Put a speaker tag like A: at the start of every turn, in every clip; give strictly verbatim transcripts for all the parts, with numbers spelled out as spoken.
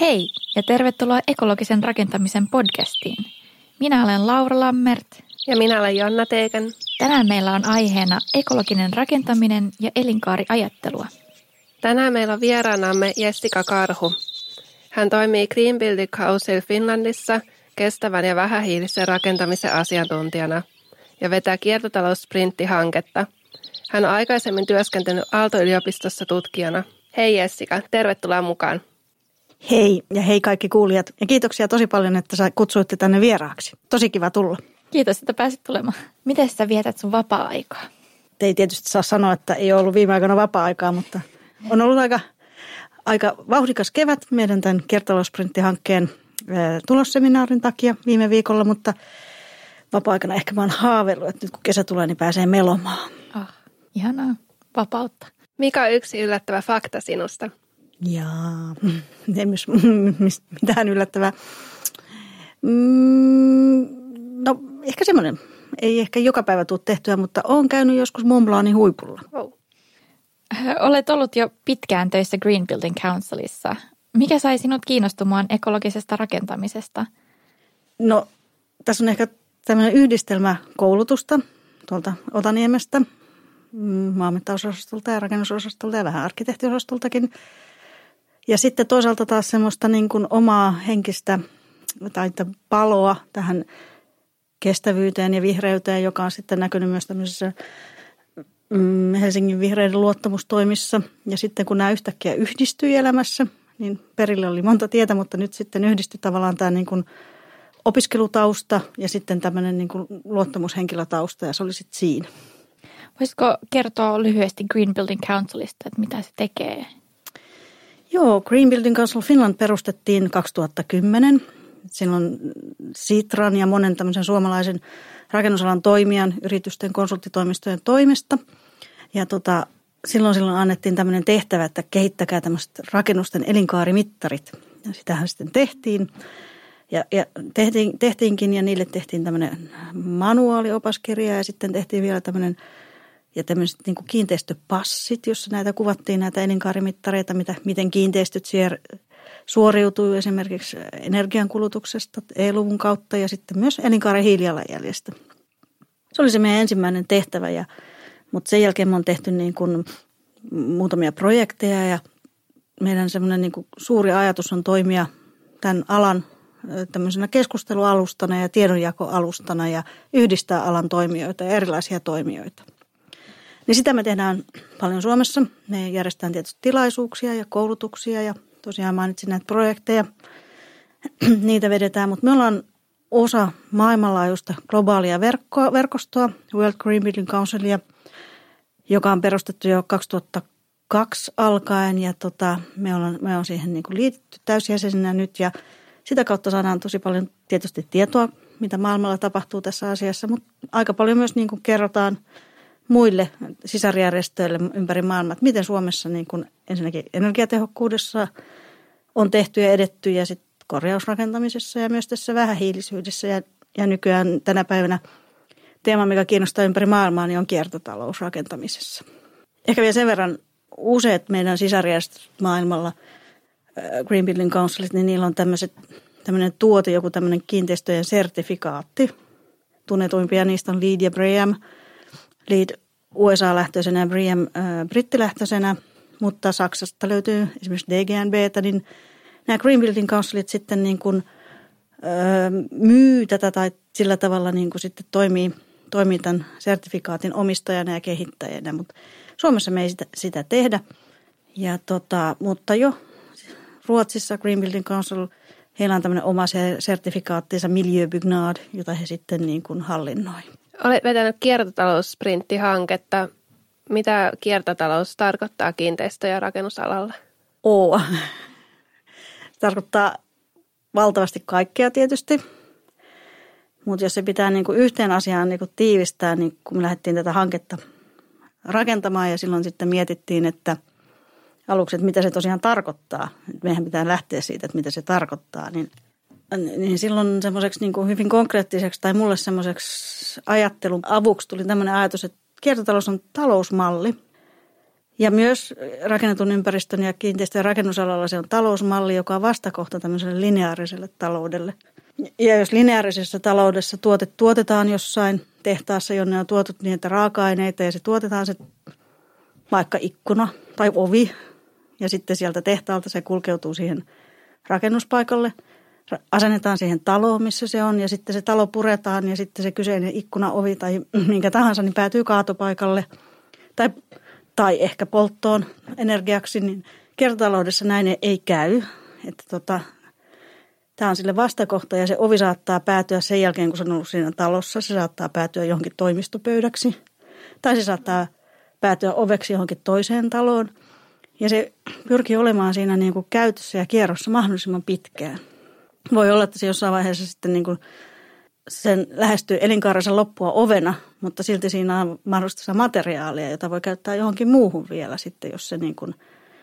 A: Hei ja tervetuloa ekologisen rakentamisen podcastiin. Minä olen Laura Lammert.
B: Ja minä olen Jonna Teekän.
A: Tänään meillä on aiheena ekologinen rakentaminen ja elinkaariajattelua.
B: Tänään meillä on vieraanamme Jessica Karhu. Hän toimii Green Building Council Finlandissa kestävän ja vähähiilisen rakentamisen asiantuntijana ja vetää kiertotaloussprinttihanketta. Hän on aikaisemmin työskentelynyt Aalto-yliopistossa tutkijana. Hei Jessica, tervetuloa mukaan.
C: Hei ja hei kaikki kuulijat ja kiitoksia tosi paljon, että sä kutsuitte tänne vieraaksi. Tosi kiva tulla.
A: Kiitos, että pääsit tulemaan. Miten sä vietät sun vapaa-aikaa?
C: Te ei tietysti saa sanoa, että ei ole ollut viime aikoina vapaa-aikaa, mutta on ollut aika, aika vauhdikas kevät meidän tämän kiertotaloussprinttihankkeen tulosseminaarin takia viime viikolla, mutta vapaa-aikana ehkä mä oon haaveillut, että nyt kun kesä tulee, niin pääsee melomaan.
A: Oh, ihanaa. Vapautta.
B: Mikä on yksi yllättävä fakta sinusta?
C: Jaa, ei myös mitään yllättävää. Mm, no ehkä semmoinen, ei ehkä joka päivä tule tehtyä, mutta olen käynyt joskus Mont Blancin huipulla.
B: Oh.
A: Olet ollut jo pitkään töissä Green Building Councilissa. Mikä sai sinut kiinnostumaan ekologisesta rakentamisesta?
C: No tässä on ehkä tämmöinen yhdistelmä koulutusta tuolta Otaniemestä, maanmittausosastolta ja rakennusosastolta ja vähän arkkitehtiosastoltakin. Ja sitten toisaalta taas semmoista niin kuin omaa henkistä tai paloa tähän kestävyyteen ja vihreyteen, joka on sitten näkynyt myös tämmöisessä Helsingin vihreiden luottamustoimissa. Ja sitten kun nämä yhtäkkiä yhdistyi elämässä, niin perille oli monta tietä, mutta nyt sitten yhdistyi tavallaan tämä niin kuin opiskelutausta ja sitten tämmöinen niin kuin luottamushenkilötausta ja se oli sitten siinä.
A: Voisitko kertoa lyhyesti Green Building Councilista, että mitä se tekee?
C: Joo, Green Building Council Finland perustettiin kaksituhattakymmenen. Silloin Sitran ja monen tämmöisen suomalaisen rakennusalan toimijan, yritysten konsulttitoimistojen toimesta. Ja tota, silloin silloin annettiin tämmöinen tehtävä, että kehittäkää tämmöiset rakennusten elinkaarimittarit. Ja sitähän sitten tehtiin. Ja, ja tehtiin, tehtiinkin ja niille tehtiin tämmöinen manuaaliopaskirja ja sitten tehtiin vielä tämmöinen ja tämmöiset niin kuin kiinteistöpassit, jossa näitä kuvattiin näitä elinkaarimittareita, mitä, miten kiinteistöt suoriutuu esimerkiksi energiankulutuksesta E-luvun kautta ja sitten myös elinkaaren hiilijalanjäljestä. Se oli se meidän ensimmäinen tehtävä, ja, mutta sen jälkeen me on tehty niin kuin muutamia projekteja ja meidän semmoinen niin kuin suuri ajatus on toimia tämän alan tämmöisenä keskustelualustana ja tiedonjakoalustana ja yhdistää alan toimijoita ja erilaisia toimijoita. Niin sitä me tehdään paljon Suomessa. Me järjestetään tietysti tilaisuuksia ja koulutuksia ja tosiaan mainitsin näitä projekteja. Niitä vedetään, mutta me ollaan osa maailmanlaajuista globaalia verkkoa, verkostoa, World Green Building Councilia, joka on perustettu jo kaksituhattakaksi alkaen ja tota, me ollaan, me on siihen niin kuin liitetty täysjäsenenä nyt ja sitä kautta saadaan tosi paljon tietysti tietoa, mitä maailmalla tapahtuu tässä asiassa, mutta aika paljon myös niin kuin kerrotaan muille sisarjärjestöille ympäri maailmaa, että miten Suomessa niin kuin ensinnäkin energiatehokkuudessa on tehty ja edetty ja sitten korjausrakentamisessa ja myös tässä vähähiilisyydessä ja, ja nykyään tänä päivänä teema, mikä kiinnostaa ympäri maailmaa, niin on kiertotalous rakentamisessa. Ehkä vielä sen verran useat meidän sisarjärjestöt maailmalla, Green Building Councilit, niin niillä on tämmöiset, tämmöinen tuote, joku tämmöinen kiinteistöjen sertifikaatti. Tunnetuimpia niistä on LEED ja BREEAM. LEED U S A-lähtöisenä ja BREEAM äh, brittilähtöisenä, mutta Saksasta löytyy esimerkiksi D G N B:tä, niin nämä Green Building Councilit sitten niin kuin, äh, myy tätä tai sillä tavalla niin kuin sitten toimii, toimii tämän sertifikaatin omistajana ja kehittäjänä, mutta Suomessa me ei sitä, sitä tehdä. Ja tota, mutta jo Ruotsissa Green Building Council, heillä on tämmöinen oma sertifikaattinsa Miljöbyggnad, jota he sitten niin kuin hallinnoi.
B: Olet vetänyt kiertotaloussprinttihanketta. Mitä kiertotalous tarkoittaa kiinteistö- ja rakennusalalla?
C: Oo. Se tarkoittaa valtavasti kaikkea tietysti, mutta jos se pitää niin kuin yhteen asiaan niin kuin tiivistää, niin kun me lähdettiin tätä hanketta rakentamaan ja silloin sitten mietittiin, että aluksi, että mitä se tosiaan tarkoittaa. Meidän pitää lähteä siitä, että mitä se tarkoittaa. Niin, niin silloin semmoiseksi niin kuin hyvin konkreettiseksi tai mulle semmoiseksi ajattelun avuksi tuli tämmöinen ajatus, että kiertotalous on talousmalli, Ja myös rakennetun ympäristön ja kiinteistön rakennusalalla se on talousmalli, joka on vastakohta tämmöiselle lineaariselle taloudelle. Ja jos lineaarisessa taloudessa tuote tuotetaan jossain tehtaassa, jonne on tuotettu niitä raaka-aineita ja se tuotetaan se vaikka ikkuna tai ovi ja sitten sieltä tehtaalta se kulkeutuu siihen rakennuspaikalle. Asennetaan siihen taloon, missä se on ja sitten se talo puretaan ja sitten se kyseinen ikkuna, ovi tai minkä tahansa niin päätyy kaatopaikalle tai, tai ehkä polttoon energiaksi, niin kiertotaloudessa näin ei käy. Että tota, tämä on sille vastakohta ja se ovi saattaa päätyä sen jälkeen, kun se on ollut siinä talossa. Se saattaa päätyä johonkin toimistopöydäksi tai se saattaa päätyä oveksi johonkin toiseen taloon. Ja se pyrkii olemaan siinä niin kuin käytössä ja kierrossa mahdollisimman pitkään. Voi olla, että se jossain vaiheessa sitten niin kuin sen lähestyy elinkaarensa loppua ovena, mutta silti siinä on mahdollista materiaalia, jota voi käyttää johonkin muuhun vielä sitten, jos se niin kuin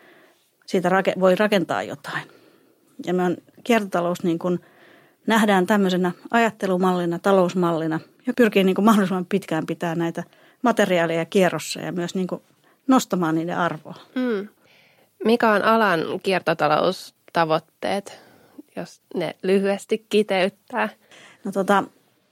C: siitä voi rakentaa jotain. Ja me on kiertotalous niin kuin nähdään tämmöisenä ajattelumallina, talousmallina ja pyrkii niin kuin mahdollisimman pitkään pitää näitä materiaaleja kierrossa ja myös niin kuin nostamaan niiden arvoa.
B: Mm. Mikä on alan kiertotaloustavoitteet, jos ne lyhyesti kiteyttää?
C: No tota,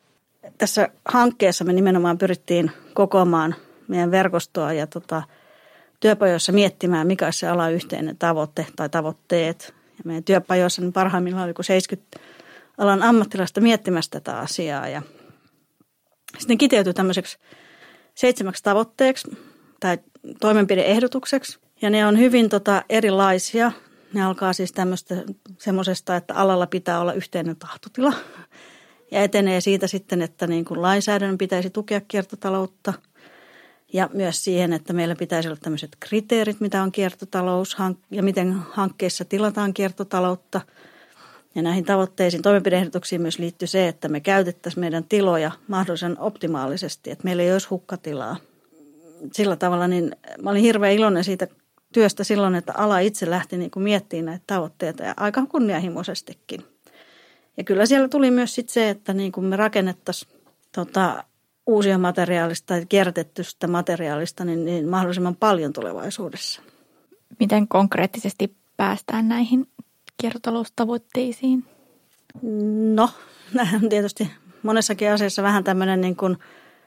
C: tässä hankkeessa me nimenomaan pyrittiin kokoamaan meidän verkostoa ja tota, työpajoissa miettimään, mikä olisi se alan yhteinen tavoite tai tavoitteet. Ja meidän työpajoissa niin parhaimmillaan oli kuin seitsemänkymmentä alan ammattilaista miettimässä tätä asiaa. Ja sitten kiteytyi tämmöiseksi seitsemäksi tavoitteeksi tai toimenpideehdotukseksi. Ja ne on hyvin tota, erilaisia. Ne alkaa siis tämmöistä semmoisesta, että alalla pitää olla yhteinen tahtotila. Ja etenee siitä sitten, että niin kuin lainsäädännön pitäisi tukea kiertotaloutta. Ja myös siihen, että meillä pitäisi olla tämmöiset kriteerit, mitä on kiertotalous ja miten hankkeissa tilataan kiertotaloutta. Ja näihin tavoitteisiin, toimenpideehdotuksiin myös liittyy se, että me käytettäisiin meidän tiloja mahdollisen optimaalisesti, että meillä ei olisi hukkatilaa. Sillä tavalla niin mä olin hirveän iloinen siitä työstä silloin, että ala itse lähti niin kuin miettimään näitä tavoitteita ja aika kunnianhimoisestikin. Ja kyllä siellä tuli myös sit se, että niin kuin me rakennettaisiin tota, uusia materiaalista tai kierrätettystä materiaalista niin, niin mahdollisimman paljon tulevaisuudessa.
A: Miten konkreettisesti päästään näihin kiertotaloustavoitteisiin?
C: No, on tietysti monessakin asiassa vähän tämmöinen niin kuin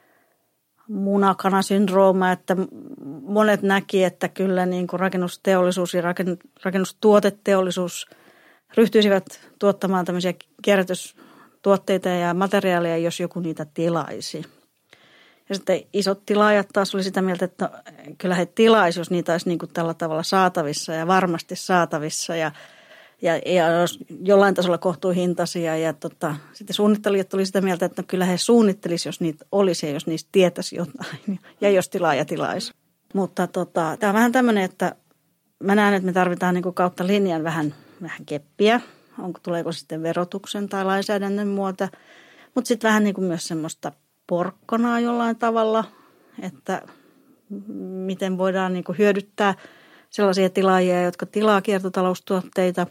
C: munakana-syndrooma, että monet näki, että kyllä niin kuin rakennusteollisuus ja rakennustuoteteollisuus ryhtyisivät tuottamaan tämmöisiä kierrätystuotteita ja materiaaleja, jos joku niitä tilaisi. Ja sitten isot tilaajat taas oli sitä mieltä, että kyllä he tilaisi, jos niitä olisi niin kuin tällä tavalla saatavissa ja varmasti saatavissa ja, ja, ja jollain tasolla kohtuuhintaisia. Ja tota, sitten suunnittelijat tuli sitä mieltä, että no kyllä he suunnittelisi, jos niitä olisi ja jos niistä tietäisi jotain ja jos tilaaja tilaisi. Mutta tota, tämä on vähän tämmöinen, että mä näen, että me tarvitaan niin kuin kautta linjan vähän, vähän keppiä. Onko, tuleeko sitten verotuksen tai lainsäädännön muuta, mutta sitten vähän niin kuin myös semmoista porkkanaa jollain tavalla, että miten voidaan niin kuin hyödyttää sellaisia tilaajia, jotka tilaa kiertotaloustuotteita.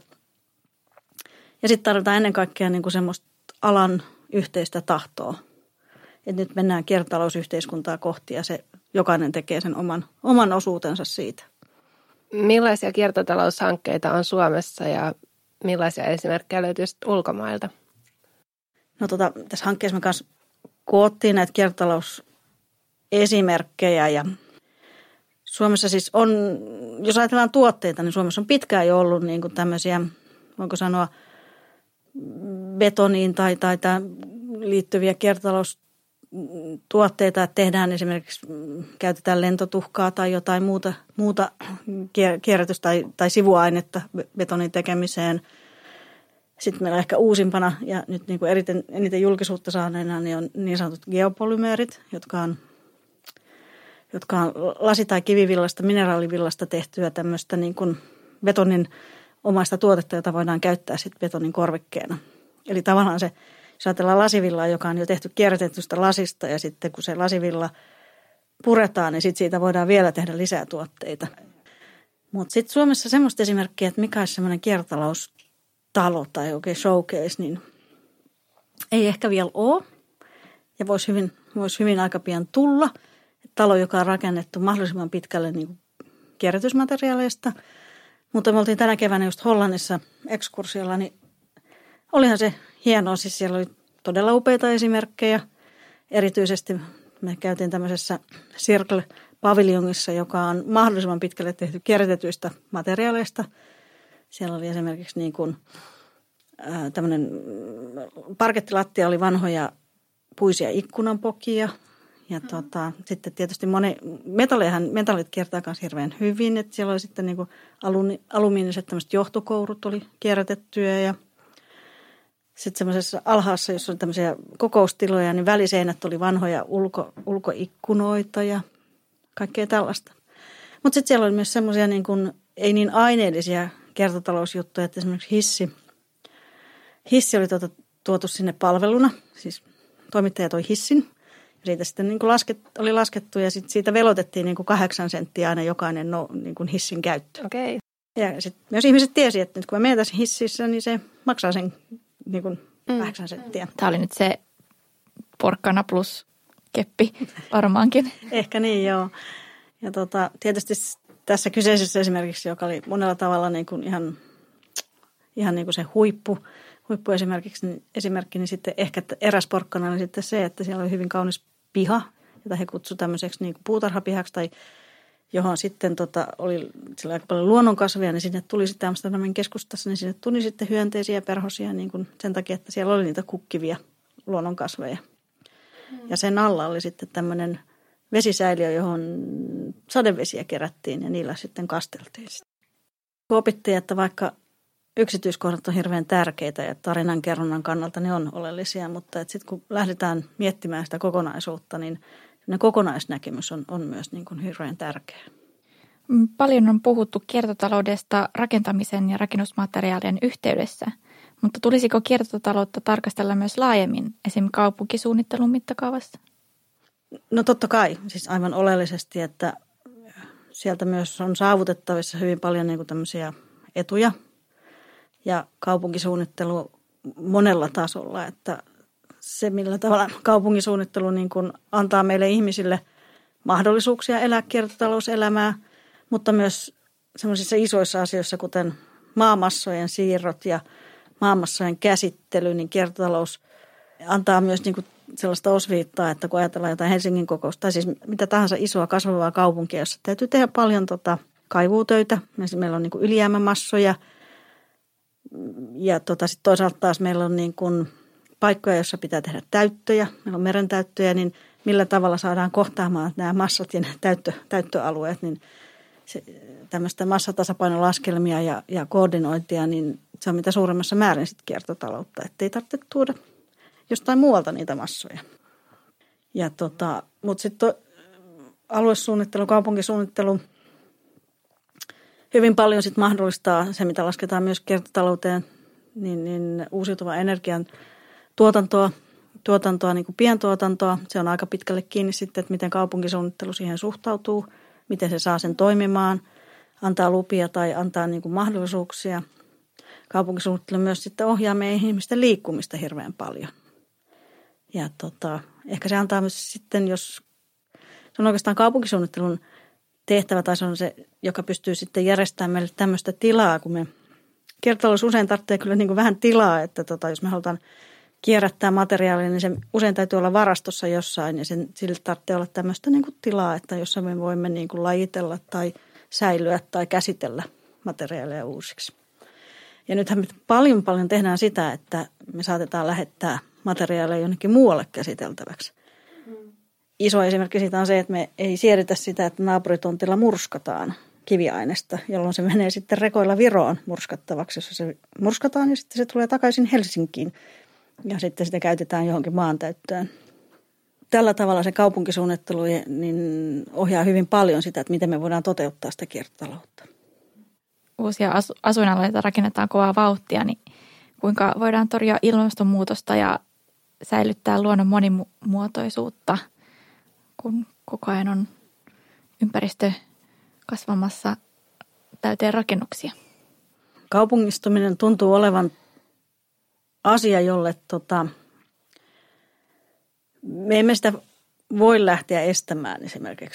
C: Ja sitten tarvitaan ennen kaikkea niin kuin semmoista alan yhteistä tahtoa. Että nyt mennään kiertotalousyhteiskuntaa kohti ja se jokainen tekee sen oman, oman osuutensa siitä.
B: Millaisia kiertotaloushankkeita on Suomessa ja millaisia esimerkkejä löytyy ulkomailta?
C: No tota, tässä hankkeessa me kanssa koottiin näitä kiertotalousesimerkkejä ja Suomessa siis on, jos ajatellaan tuotteita, niin Suomessa on pitkään jo ollut niin kuin tämmöisiä, voinko sanoa, betoniin tai, tai liittyviä kiertotaloustuotteita, että tehdään esimerkiksi, käytetään lentotuhkaa tai jotain muuta, muuta kierrätys- tai, tai sivuainetta betonin tekemiseen. Sitten meillä ehkä uusimpana ja nyt niin kuin eriten, eniten julkisuutta saaneena niin on niin sanotut geopolymeerit, jotka on, jotka on lasi- tai kivivillasta, mineraalivillasta tehtyä tämmöistä niin kuin betonin omaista tuotetta, jota voidaan käyttää sitten betonin korvikkeena. Eli tavallaan se, jos ajatellaan lasivillaa, joka on jo tehty kierrätetystä lasista ja sitten kun se lasivilla puretaan, niin sitten siitä voidaan vielä tehdä lisää tuotteita. Mutta sitten Suomessa semmoista esimerkkiä, että mikä olisi semmoinen kiertotalous talo tai oikein showcase, niin ei ehkä vielä ole. Ja voisi hyvin, voisi hyvin aika pian tulla. Talo, joka on rakennettu mahdollisimman pitkälle niin kuin kierrätysmateriaaleista. Mutta me oltiin tänä keväänä just Hollannissa ekskursiolla, niin olihan se hienoa. Siis siellä oli todella upeita esimerkkejä. Erityisesti me käytiin tämmöisessä Circle-paviljongissa, joka on mahdollisimman pitkälle tehty kierrätetyistä materiaaleista. Siellä oli esimerkiksi niin kuin, ää, tämmöinen parkettilattia oli vanhoja puisia ikkunanpokia. Ja tota, sitten tietysti moni, metalleihan, metallit kiertää myös hirveän hyvin. Että siellä oli sitten niin kuin aluni, alumiiniset tämmöiset johtokourut oli kierrätettyjä ja sitten semmoisessa alhaassa, jossa on tämmöisiä kokoustiloja, niin väliseinät oli vanhoja ulko, ulkoikkunoita ja kaikkea tällaista. Mutta sitten siellä oli myös semmoisia niin kuin, ei niin aineellisia kiertotalousjuttuja, että esimerkiksi hissi. Hissi oli tuota, tuotu sinne palveluna, siis toimittaja toi hissin. Ja siitä sitten niin kuin lasket, oli laskettu ja sit siitä velotettiin niin kuin kahdeksan senttiä aina jokainen no, niin kuin hissin käyttö.
B: Okei.
C: Ja sitten myös ihmiset tiesi, että nyt kun me menetään hississä, niin se maksaa sen niin kuin mm. kahdeksan senttiä.
A: Tämä oli nyt se porkkana plus keppi varmaankin.
C: Ehkä niin, joo. Ja tota, tietysti tässä kyseisessä esimerkiksi, joka oli monella tavalla niin kuin ihan, ihan niin kuin se huippu, huippu esimerkiksi, niin, esimerkki, niin sitten ehkä eräs porkkana oli sitten se, että siellä oli hyvin kaunis piha, jota he kutsuivat tämmöiseksi niin kuin puutarhapihaksi tai johon sitten tota, oli sillä aika paljon luonnonkasveja, niin sinne tuli sitten Amsterdamin keskustassa, niin sinne tuli sitten hyönteisiä perhosia niin kuin sen takia, että siellä oli niitä kukkivia luonnonkasveja. Mm. Ja sen alla oli sitten tämmöinen vesisäiliö, johon sadevesiä kerättiin ja niillä sitten kasteltiin. Opittiin, että vaikka yksityiskohdat on hirveän tärkeitä ja tarinankerronnan kannalta ne on oleellisia, mutta sitten kun lähdetään miettimään sitä kokonaisuutta, niin ne kokonaisnäkemys on, on myös niin kuin hirveän tärkeä.
A: Paljon on puhuttu kiertotaloudesta rakentamisen ja rakennusmateriaalien yhteydessä, mutta tulisiko kiertotaloutta tarkastella myös laajemmin, esimerkiksi kaupunkisuunnittelun mittakaavassa?
C: No totta kai, siis aivan oleellisesti, että sieltä myös on saavutettavissa hyvin paljon niin kuin tämmöisiä etuja ja kaupunkisuunnittelu monella tasolla, että se, millä tavalla kaupunkisuunnittelu niin kuin antaa meille ihmisille mahdollisuuksia elää kiertotalouselämää, mutta myös sellaisissa isoissa asioissa, kuten maamassojen siirrot ja maamassojen käsittely, niin kiertotalous antaa myös niin kuin sellaista osviittaa, että kun ajatellaan jotain Helsingin kokousta, tai siis mitä tahansa isoa kasvavaa kaupunkia, jossa täytyy tehdä paljon tota kaivuutöitä, meillä on niin kuin ylijäämämassoja, ja tota, sitten toisaalta taas meillä on niin kuin paikkoja, joissa pitää tehdä täyttöjä, meillä on merentäyttöjä, niin millä tavalla saadaan kohtaamaan nämä massat ja nämä täyttö, täyttöalueet, niin se, tämmöistä massatasapainolaskelmia ja, ja koordinointia, niin se on mitä suuremmassa määrin sitten kiertotaloutta, ettei tarvitse tuoda jostain muualta niitä massoja. Ja tota, mutta sitten aluesuunnittelu, kaupunkisuunnittelu hyvin paljon sitten mahdollistaa se, mitä lasketaan myös kiertotalouteen, niin, niin uusiutuvan energian tuotantoa, tuotantoa niin kuin pientuotantoa. Se on aika pitkälle kiinni sitten, että miten kaupunkisuunnittelu siihen suhtautuu, miten se saa sen toimimaan, antaa lupia tai antaa niin kuin mahdollisuuksia. Kaupunkisuunnittelu myös sitten ohjaa meidän ihmisten liikkumista hirveän paljon. Ja tota, ehkä se antaa myös sitten, jos se on oikeastaan kaupunkisuunnittelun tehtävä tai se on se, joka pystyy sitten järjestämään meille tämmöistä tilaa, kun me kiertotalous usein tarvitsee kyllä niin kuin vähän tilaa, että tota, jos me halutaan kierrättää materiaalia, niin se usein täytyy olla varastossa jossain ja sen, sille tarvitsee olla tämmöistä niin kuin tilaa, että jossa me voimme niin kuin lajitella tai säilyä tai käsitellä materiaaleja uusiksi. Ja nythän me paljon paljon tehdään sitä, että me saatetaan lähettää materiaaleja jonnekin muualle käsiteltäväksi. Mm. Iso esimerkki siitä on se, että me ei siedetä sitä, että naapuritontilla murskataan kiviainesta, jolloin se menee sitten rekoilla Viroon murskattavaksi, jossa se murskataan ja sitten se tulee takaisin Helsinkiin ja sitten sitä käytetään johonkin maantäyttöön. Tällä tavalla se kaupunkisuunnittelu niin ohjaa hyvin paljon sitä, että miten me voidaan toteuttaa sitä kiertotaloutta.
A: Uusia asu- asuinalueita rakennetaan kovaa vauhtia, niin kuinka voidaan torjua ilmastonmuutosta ja säilyttää luonnon monimuotoisuutta, kun koko ajan on ympäristö kasvamassa täyteen rakennuksia?
C: Kaupungistuminen tuntuu olevan asia, jolle tota, me emme sitä voi lähteä estämään esimerkiksi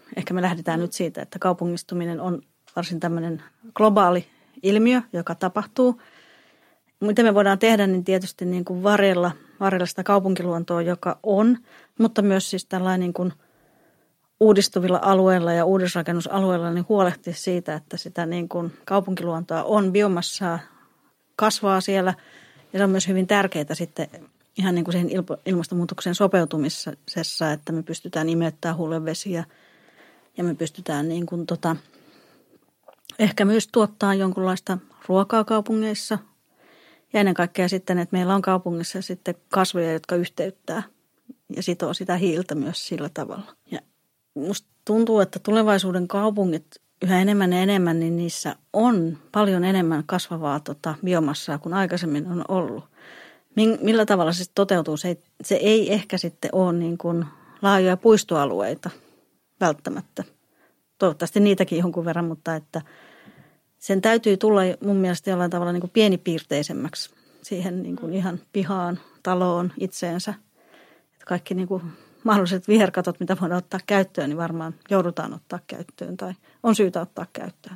C: ehkä me lähdetään nyt siitä, että kaupungistuminen on varsin tämmöinen globaali ilmiö, joka tapahtuu. Mitä me voidaan tehdä, niin tietysti niin kuin varjella, varjella sitä kaupunkiluontoa, joka on, mutta myös siis tällainen niin kuin uudistuvilla alueilla ja uudisrakennusalueilla niin huolehtia siitä, että sitä niin kuin kaupunkiluontoa on, biomassaa kasvaa siellä ja se on myös hyvin tärkeää sitten ihan niin kuin siihen ilmastonmuutokseen sopeutumisessa, että me pystytään imeyttämään hulevesiä ja me pystytään niin kuin tota, ehkä myös tuottaa jonkunlaista ruokaa kaupungeissa ja ennen kaikkea sitten, että meillä on kaupungissa sitten kasveja, jotka yhteyttää ja sitoo sitä hiiltä myös sillä tavalla. Ja musta tuntuu, että tulevaisuuden kaupungit yhä enemmän ja enemmän, niin niissä on paljon enemmän kasvavaa tota, biomassaa kuin aikaisemmin on ollut. Millä tavalla se toteutuu? Se ei, se ei ehkä sitten ole niin kuin laajoja puistoalueita välttämättä. Toivottavasti niitäkin jonkun verran, mutta että sen täytyy tulla mun mielestä jollain tavalla niin kuin pienipiirteisemmäksi siihen niin kuin ihan pihaan, taloon, itseensä. Että kaikki niin kuin mahdolliset viherkatot, mitä voidaan ottaa käyttöön, niin varmaan joudutaan ottaa käyttöön tai on syytä ottaa käyttöön.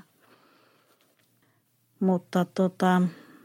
C: Mutta tota,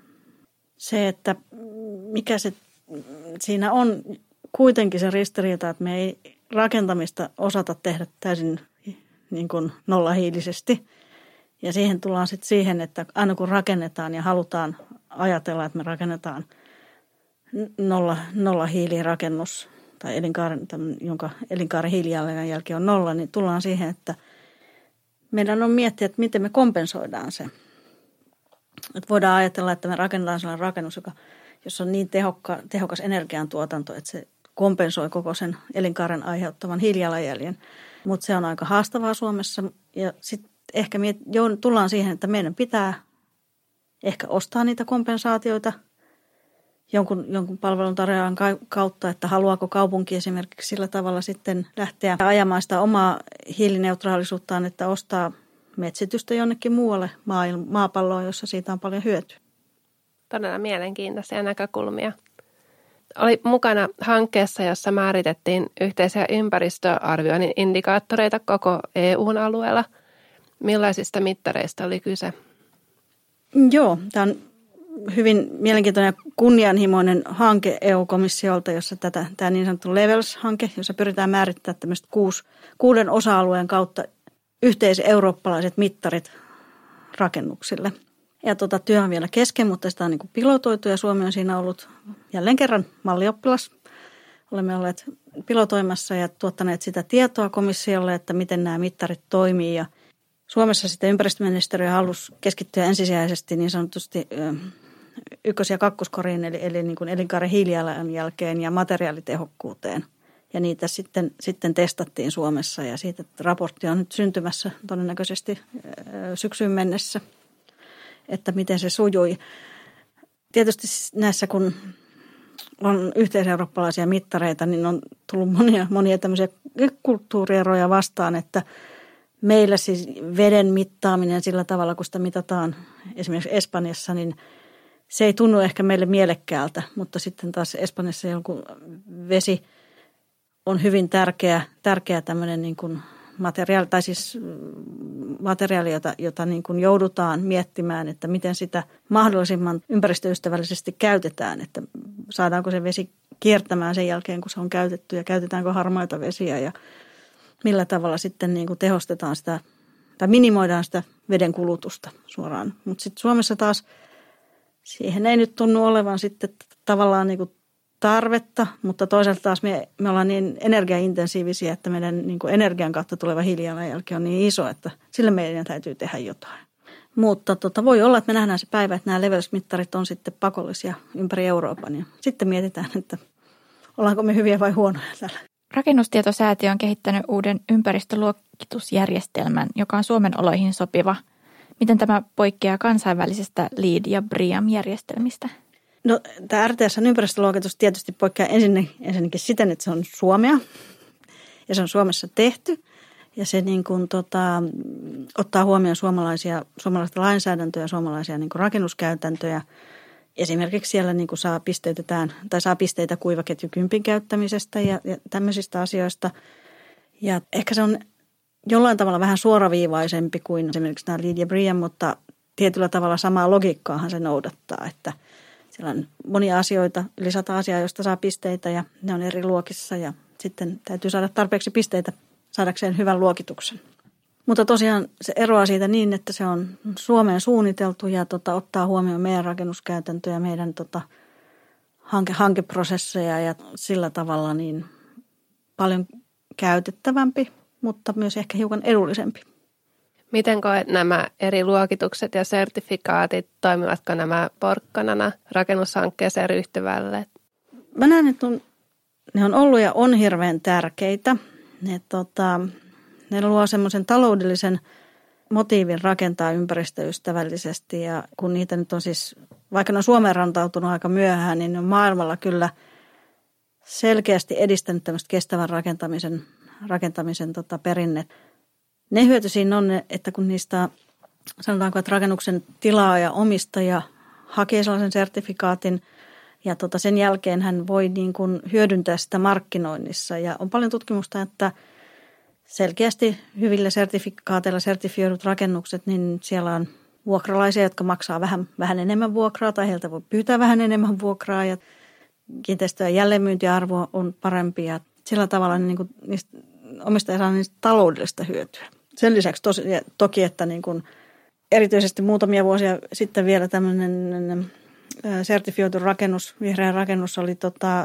C: se, että mikä se siinä on kuitenkin se ristiriita, että me ei rakentamista osata tehdä täysin niin kuin nollahiilisesti. Ja siihen tullaan sitten siihen, että aina kun rakennetaan ja halutaan ajatella, että me rakennetaan nolla, nollahiilirakennus tai elinkaaren, jonka elinkaaren hiilijalanjälki on nolla, niin tullaan siihen, että meidän on miettiä, että miten me kompensoidaan se. Että voidaan ajatella, että me rakennetaan sellainen rakennus, joka, jossa on niin tehokka, tehokas energiantuotanto, että se kompensoi koko sen elinkaaren aiheuttavan hiilijalanjäljen. Mutta se on aika haastavaa Suomessa ja sitten ehkä me tullaan siihen, että meidän pitää ehkä ostaa niitä kompensaatioita jonkun, jonkun palveluntarjoajan kautta, että haluaako kaupunki esimerkiksi sillä tavalla sitten lähteä ajamaan sitä omaa hiilineutraalisuuttaan, että ostaa metsitystä jonnekin muualle maapalloon, jossa siitä on paljon hyötyä.
B: Todella mielenkiintoisia näkökulmia. Oli mukana hankkeessa, jossa määritettiin yhteisiä ympäristöarvioinnin indikaattoreita koko E U:n alueella. Millaisista mittareista oli kyse?
C: Joo, tämä on hyvin mielenkiintoinen ja kunnianhimoinen hanke E U-komissiolta, jossa tätä, tämä niin sanottu Levels-hanke, jossa pyritään määrittämään tämmöiset kuus, kuuden osa-alueen kautta yhteiseurooppalaiset mittarit rakennuksille. Ja tuota, työ on vielä kesken, mutta sitä on niin kuin pilotoitu ja Suomi on siinä ollut jälleen kerran mallioppilas. Olemme olleet pilotoimassa ja tuottaneet sitä tietoa komissiolle, että miten nämä mittarit toimii. Ja Suomessa sitten ympäristöministeriö halusi keskittyä ensisijaisesti niin sanotusti ykkös- ja kakkoskoriin, eli, eli niin kuin elinkaaren hiilijalanjälkeen ja materiaalitehokkuuteen. Ja niitä sitten, sitten testattiin Suomessa ja siitä raportti on nyt syntymässä todennäköisesti syksyyn mennessä, että miten se sujui. Tietysti näissä, kun on yhteiseurooppalaisia mittareita, niin on tullut monia, monia tämmöisiä kulttuurieroja vastaan, että meillä siis veden mittaaminen sillä tavalla, kun sitä mitataan esimerkiksi Espanjassa, niin se ei tunnu ehkä meille mielekkäältä, mutta sitten taas Espanjassa joku vesi on hyvin tärkeä, tärkeä tämmöinen niin kuin materiaali, tai siis materiaali, jota, jota niin kuin joudutaan miettimään, että miten sitä mahdollisimman ympäristöystävällisesti käytetään, että saadaanko se vesi kiertämään sen jälkeen, kun se on käytetty ja käytetäänkö harmaita vesiä ja millä tavalla sitten niin kuin tehostetaan sitä tai minimoidaan sitä veden kulutusta suoraan. Mutta sitten Suomessa taas siihen ei nyt tunnu olevan sitten tavallaan niin kuin tarvetta, mutta toisaalta taas me, me ollaan niin energiaintensiivisiä, että meidän niin kuin energian kautta tuleva hiilijalanjälki on niin iso, että sille meidän täytyy tehdä jotain. Mutta tota, voi olla, että me nähdään se päivä, että nämä leveysmittarit on sitten pakollisia ympäri Euroopan ja sitten mietitään, että ollaanko me hyviä vai huonoja täällä.
A: Rakennustietosäätiö on kehittänyt uuden ympäristöluokitusjärjestelmän, joka on Suomen oloihin sopiva. Miten tämä poikkeaa kansainvälisestä LEED- ja BREEAM-järjestelmistä?
C: No, tämä R T S:n ympäristöluokitus tietysti poikkeaa ensin, ensinnäkin siten, että se on Suomea ja se on Suomessa tehty. Ja se niin kuin, tota, ottaa huomioon suomalaisia, suomalaista lainsäädäntöä ja suomalaisia niin kuin rakennuskäytäntöjä. Esimerkiksi siellä niin kuin saa, pisteytetään, tai saa pisteitä kuivaketjukympin käyttämisestä ja, ja tämmöisistä asioista. Ja ehkä se on jollain tavalla vähän suoraviivaisempi kuin esimerkiksi nämä LEED ja BREEAM, mutta tietyllä tavalla samaa logiikkaahan se noudattaa, että siellä on monia asioita, yli sata asiaa, joista saa pisteitä ja ne on eri luokissa ja sitten täytyy saada tarpeeksi pisteitä saadakseen hyvän luokituksen. Mutta tosiaan se eroaa siitä niin, että se on Suomeen suunniteltu ja tota, ottaa huomioon meidän rakennuskäytäntöjä, meidän tota, hanke, hankeprosesseja ja sillä tavalla niin paljon käytettävämpi, mutta myös ehkä hiukan edullisempi.
B: Miten koet nämä eri luokitukset ja sertifikaatit, toimivatko nämä porkkanana rakennushankkeeseen ryhtyvälle?
C: Mä näen, että on, ne on ollut ja on hirveän tärkeitä. Ne, tota, ne luo semmoisen taloudellisen motiivin rakentaa ympäristöystävällisesti ja kun niitä nyt on siis, vaikka ne on Suomeen rantautunut aika myöhään, niin ne on maailmalla kyllä selkeästi edistänyt tämmöistä kestävän rakentamisen, rakentamisen tota, perinnettä. Ne hyöty siinä on, että kun niistä sanotaanko, että rakennuksen tilaaja, omistaja hakee sellaisen sertifikaatin ja tota sen jälkeen hän voi niin kuin hyödyntää sitä markkinoinnissa. Ja on paljon tutkimusta, että selkeästi hyvillä sertifikaateilla sertifioidut rakennukset, niin siellä on vuokralaisia, jotka maksaa vähän, vähän enemmän vuokraa tai heiltä voi pyytää vähän enemmän vuokraa ja kiinteistöjen jälleenmyyntiarvo on parempi ja sillä tavalla niin kuin niistä omistaja saa niistä taloudellista hyötyä. Sen lisäksi tos, toki, että niin kuin erityisesti muutamia vuosia sitten vielä tämmöinen sertifioitu rakennus, vihreä rakennus oli tota,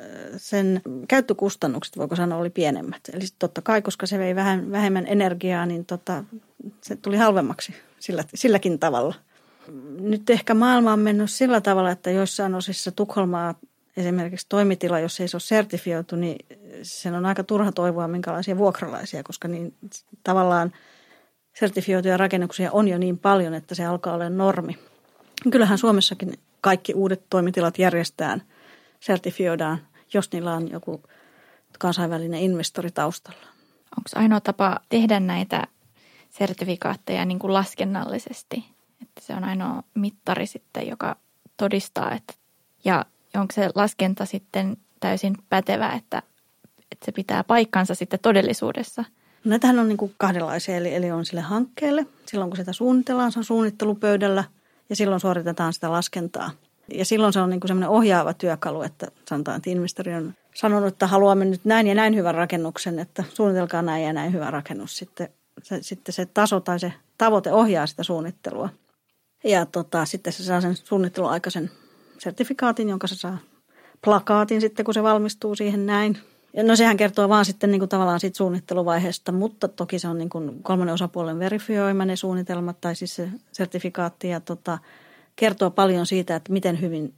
C: sen käyttökustannukset, voiko sanoa, oli pienemmät. Eli totta kai, koska se vei vähän vähemmän energiaa, niin tota, se tuli halvemmaksi sillä, silläkin tavalla. Nyt ehkä maailma on mennyt sillä tavalla, että joissain osissa Tukholmaa esimerkiksi toimitila, jos ei se ole sertifioitu, niin sen on aika turha toivoa minkälaisia vuokralaisia, koska niin tavallaan sertifioituja rakennuksia on jo niin paljon, että se alkaa olla normi. Kyllähän Suomessakin kaikki uudet toimitilat järjestetään, sertifioidaan, jos niillä on joku kansainvälinen investori taustalla.
A: Onko ainoa tapa tehdä näitä sertifikaatteja niin kuin laskennallisesti? Että se on ainoa mittari sitten, joka todistaa, että ja onko se laskenta sitten täysin pätevä, että, että se pitää paikkansa sitten todellisuudessa?
C: Näitähän on niin kuin kahdenlaisia, eli, eli on sille hankkeelle. Silloin kun sitä suunnitellaan, se on suunnittelupöydällä ja silloin suoritetaan sitä laskentaa. Ja silloin se on niin kuin semmoinen ohjaava työkalu, että sanotaan, että investori on sanonut, että haluamme nyt näin ja näin hyvän rakennuksen, että suunnitelkaa näin ja näin hyvä rakennus. Sitten se, sitten se taso tai se tavoite ohjaa sitä suunnittelua. Ja tota, sitten se saa sen suunnittelun aikaisen sertifikaatin, jonka se saa plakaatin sitten, kun se valmistuu siihen näin. Ja no sehän kertoo vaan sitten niin kuin tavallaan siitä suunnitteluvaiheesta, mutta toki se on niin kuin kolmannen osapuolen verifioima ne suunnitelmat tai siis se sertifikaatti ja tota, kertoo paljon siitä, että miten hyvin,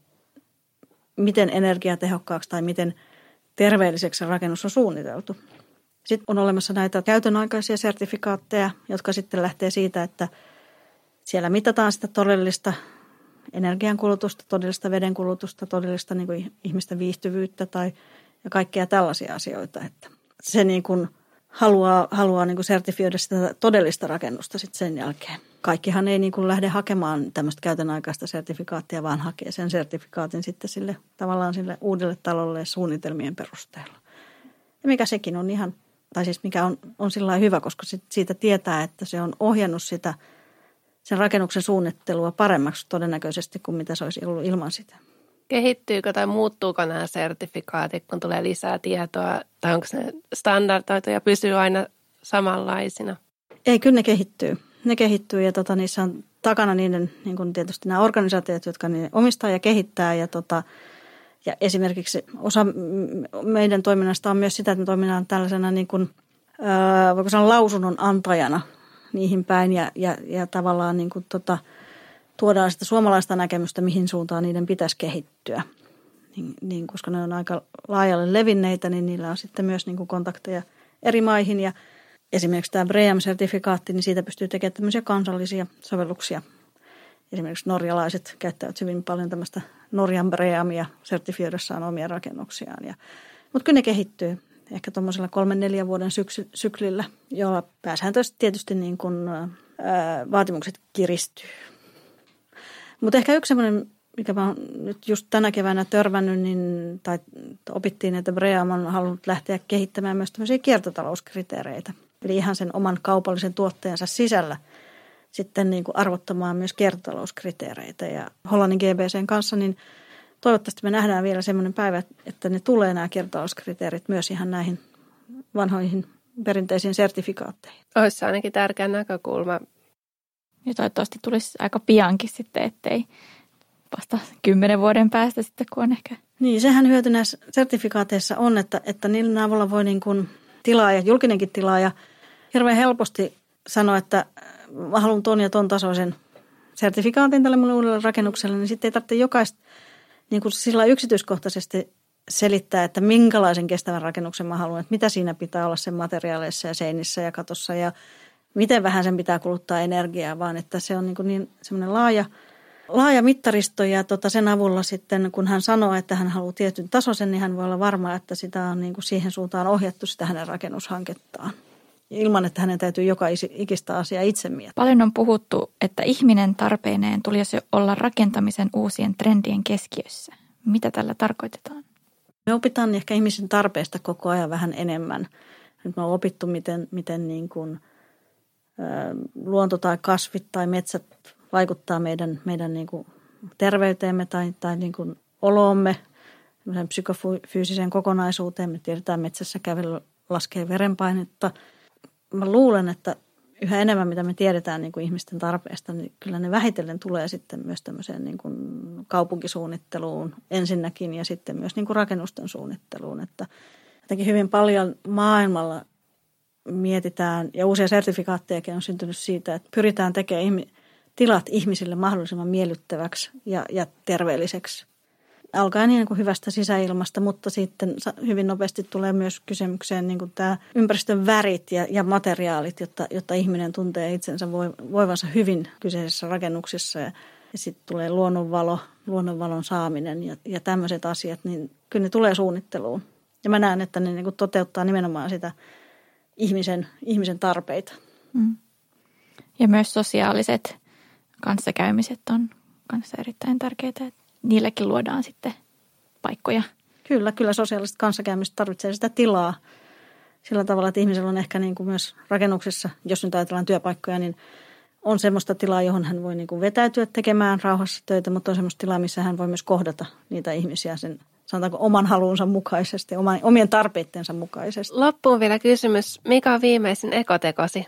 C: miten energiatehokkaaksi tai miten terveelliseksi se rakennus on suunniteltu. Sitten on olemassa näitä käytönaikaisia sertifikaatteja, jotka sitten lähtee siitä, että siellä mitataan sitä todellista energiankulutusta, todellista vedenkulutusta, todellista niin kuin ihmisten viihtyvyyttä tai ja kaikkea tällaisia asioita. Että se niin kuin haluaa, haluaa niin kuin sertifioida sitä todellista rakennusta sitten sen jälkeen. Kaikkihan ei niin kuin lähde hakemaan tämmöistä käytönaikaista sertifikaattia, vaan hakee sen sertifikaatin sitten sille tavallaan sille uudelle talolle suunnitelmien perusteella. Ja mikä sekin on ihan, tai siis mikä on, on sillä lailla hyvä, koska sit siitä tietää, että se on ohjannut sitä sen rakennuksen suunnittelua paremmaksi todennäköisesti kuin mitä se olisi ollut ilman sitä.
B: Kehittyykö tai muuttuuko nämä sertifikaatit, kun tulee lisää tietoa, tai onko ne standardoitu ja pysyy aina samanlaisina?
C: Ei, kyllä ne kehittyy. Ne kehittyy ja tota, niissä on takana niiden, niin kuin tietysti nämä organisaatiot, jotka ne omistaa ja kehittää. Ja, tota, ja esimerkiksi osa meidän toiminnasta on myös sitä, että me toiminnaan tällaisena niin kuin, ää, voiko sanoa lausunnon antajana niihin päin ja, ja, ja tavallaan niin kuin, tota, tuodaan sitä suomalaista näkemystä, mihin suuntaan niiden pitäisi kehittyä. Niin, niin, koska ne on aika laajalle levinneitä, niin niillä on sitten myös niin kuin kontakteja eri maihin. Ja esimerkiksi tämä BREEAM-sertifikaatti, niin siitä pystyy tekemään tämmöisiä kansallisia sovelluksia. Esimerkiksi norjalaiset käyttävät hyvin paljon tämmöistä Norjan BREEAMia sertifioidessaan omia rakennuksiaan. Ja, mutta kyllä ne kehittyy ehkä tuommoisella kolmen neljän vuoden syksy, syklillä, jolla pääsääntöisesti tietysti niin kuin, ää, vaatimukset kiristyy. Mutta ehkä yksi semmoinen, mikä mä oon nyt just tänä keväänä törmännyt, niin, tai opittiin, että BREEAM on halunnut lähteä kehittämään myös tämmöisiä kiertotalouskriteereitä. Eli ihan sen oman kaupallisen tuotteensa sisällä sitten niin kuin arvottamaan myös kiertotalouskriteereitä. Ja Hollannin G B C:n kanssa niin toivottavasti me nähdään vielä semmoinen päivä, että ne tulee nämä kiertotalouskriteerit myös ihan näihin vanhoihin perinteisiin sertifikaatteihin.
B: Olisi se ainakin tärkeä näkökulma.
A: Ja toivottavasti tulisi aika piankin sitten, ettei vasta kymmenen vuoden päästä sitten, kun on ehkä.
C: Niin, sehän hyöty näissä sertifikaateissa on, että, että niillä avulla voi niin kuin tilaaja, julkinenkin tilaaja, hirveän helposti sanoa, että mä haluan ton ja ton tasoisen sertifikaatin tälle mun uudelle rakennukselle, niin sitten ei tarvitse jokaista niin kuin sillä yksityiskohtaisesti selittää, että minkälaisen kestävän rakennuksen mä haluan, että mitä siinä pitää olla sen materiaaleissa ja seinissä ja katossa ja miten vähän sen pitää kuluttaa energiaa, vaan että se on niin, kuin niin semmoinen laaja, laaja mittaristo ja tota sen avulla sitten, kun hän sanoo, että hän haluaa tietyn tasoisen, niin hän voi olla varma, että sitä on niin kuin siihen suuntaan ohjattu sitä hänen rakennushankettaan. Ilman, että hänen täytyy joka ikistä asiaa itse miettiä.
A: Paljon on puhuttu, että ihminen tarpeineen tulisi olla rakentamisen uusien trendien keskiössä. Mitä tällä tarkoitetaan?
C: Me opitaan ehkä ihmisen tarpeesta koko ajan vähän enemmän. Nyt me on opittu, miten, miten niin kuin, ä, luonto tai kasvit tai metsät vaikuttaa meidän, meidän niin kuin terveyteemme tai, tai niin kuin oloomme, psykofyysiseen kokonaisuuteen. Me tiedetään, metsässä kävely laskee verenpainetta. Mä luulen, että yhä enemmän, mitä me tiedetään niin kuin ihmisten tarpeesta, niin kyllä ne vähitellen tulee sitten myös tämmöiseen niin kuin kaupunkisuunnitteluun ensinnäkin ja sitten myös niin kuin rakennusten suunnitteluun. Että jotenkin hyvin paljon maailmalla mietitään ja uusia sertifikaattejakin on syntynyt siitä, että pyritään tekemään tilat ihmisille mahdollisimman miellyttäväksi ja, ja terveelliseksi. Alkaen niin kuin hyvästä sisäilmasta, mutta sitten hyvin nopeasti tulee myös kysymykseen niin kuin tämä ympäristön värit ja, ja materiaalit, jotta, jotta ihminen tuntee itsensä voivansa hyvin kyseisessä rakennuksessa. Ja, ja sitten tulee luonnonvalo, luonnonvalon saaminen ja, ja tämmöiset asiat, niin kyllä ne tulee suunnitteluun. Ja mä näen, että ne niin kuin toteuttaa nimenomaan sitä ihmisen, ihmisen tarpeita.
A: Mm. Ja myös sosiaaliset kanssakäymiset on kanssa erittäin tärkeitä, niilläkin luodaan sitten paikkoja.
C: Kyllä, kyllä sosiaaliset kanssakäymiset tarvitsee sitä tilaa sillä tavalla, että ihmisellä on ehkä niin kuin myös rakennuksessa, jos nyt ajatellaan työpaikkoja, niin on semmoista tilaa, johon hän voi niin kuin vetäytyä tekemään rauhassa töitä, mutta on semmoista tilaa, missä hän voi myös kohdata niitä ihmisiä sen, sanotaanko, oman halunsa mukaisesti, omien tarpeittensa mukaisesti.
B: Loppuun vielä kysymys, mikä on viimeisin ekotekosi?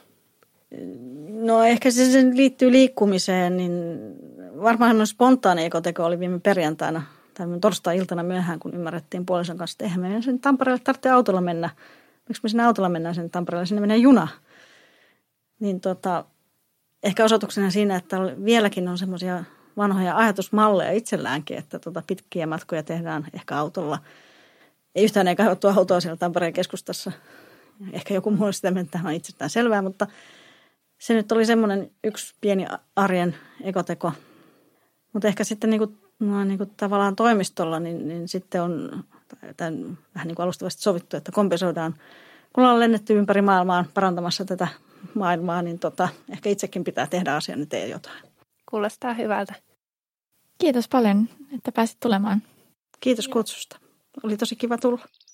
C: No ehkä se sen liittyy liikkumiseen, niin varmaan on spontaani ekoteko oli viime perjantaina tai torstai-iltana myöhään, kun ymmärrettiin puolison kanssa, että eihän me sen Tampereelle tarvitse autolla mennä. Miksi me sinne autolla mennään sen Tampereelle? Sinne menee juna. Niin tota, ehkä osoituksena siinä, että vieläkin on semmoisia vanhoja ajatusmalleja itselläänkin, että tota pitkiä matkoja tehdään ehkä autolla. Ei yhtään ei kaivattu autoa siellä Tampereen keskustassa. Ehkä joku muu sitä mennyt, että tämä on itsestään selvää, mutta se nyt oli semmoinen yksi pieni arjen ekoteko. Mutta ehkä sitten niin kuin, no, niin kuin tavallaan toimistolla, niin, niin sitten on tämän, vähän niin kuin alustavasti sovittu, että kompensoidaan. Kun ollaan lennetty ympäri maailmaa parantamassa tätä maailmaa, niin tota, ehkä itsekin pitää tehdä asian eteen jotain.
B: Kuulostaa hyvältä.
A: Kiitos paljon, että pääsit tulemaan.
C: Kiitos kutsusta. Oli tosi kiva tulla.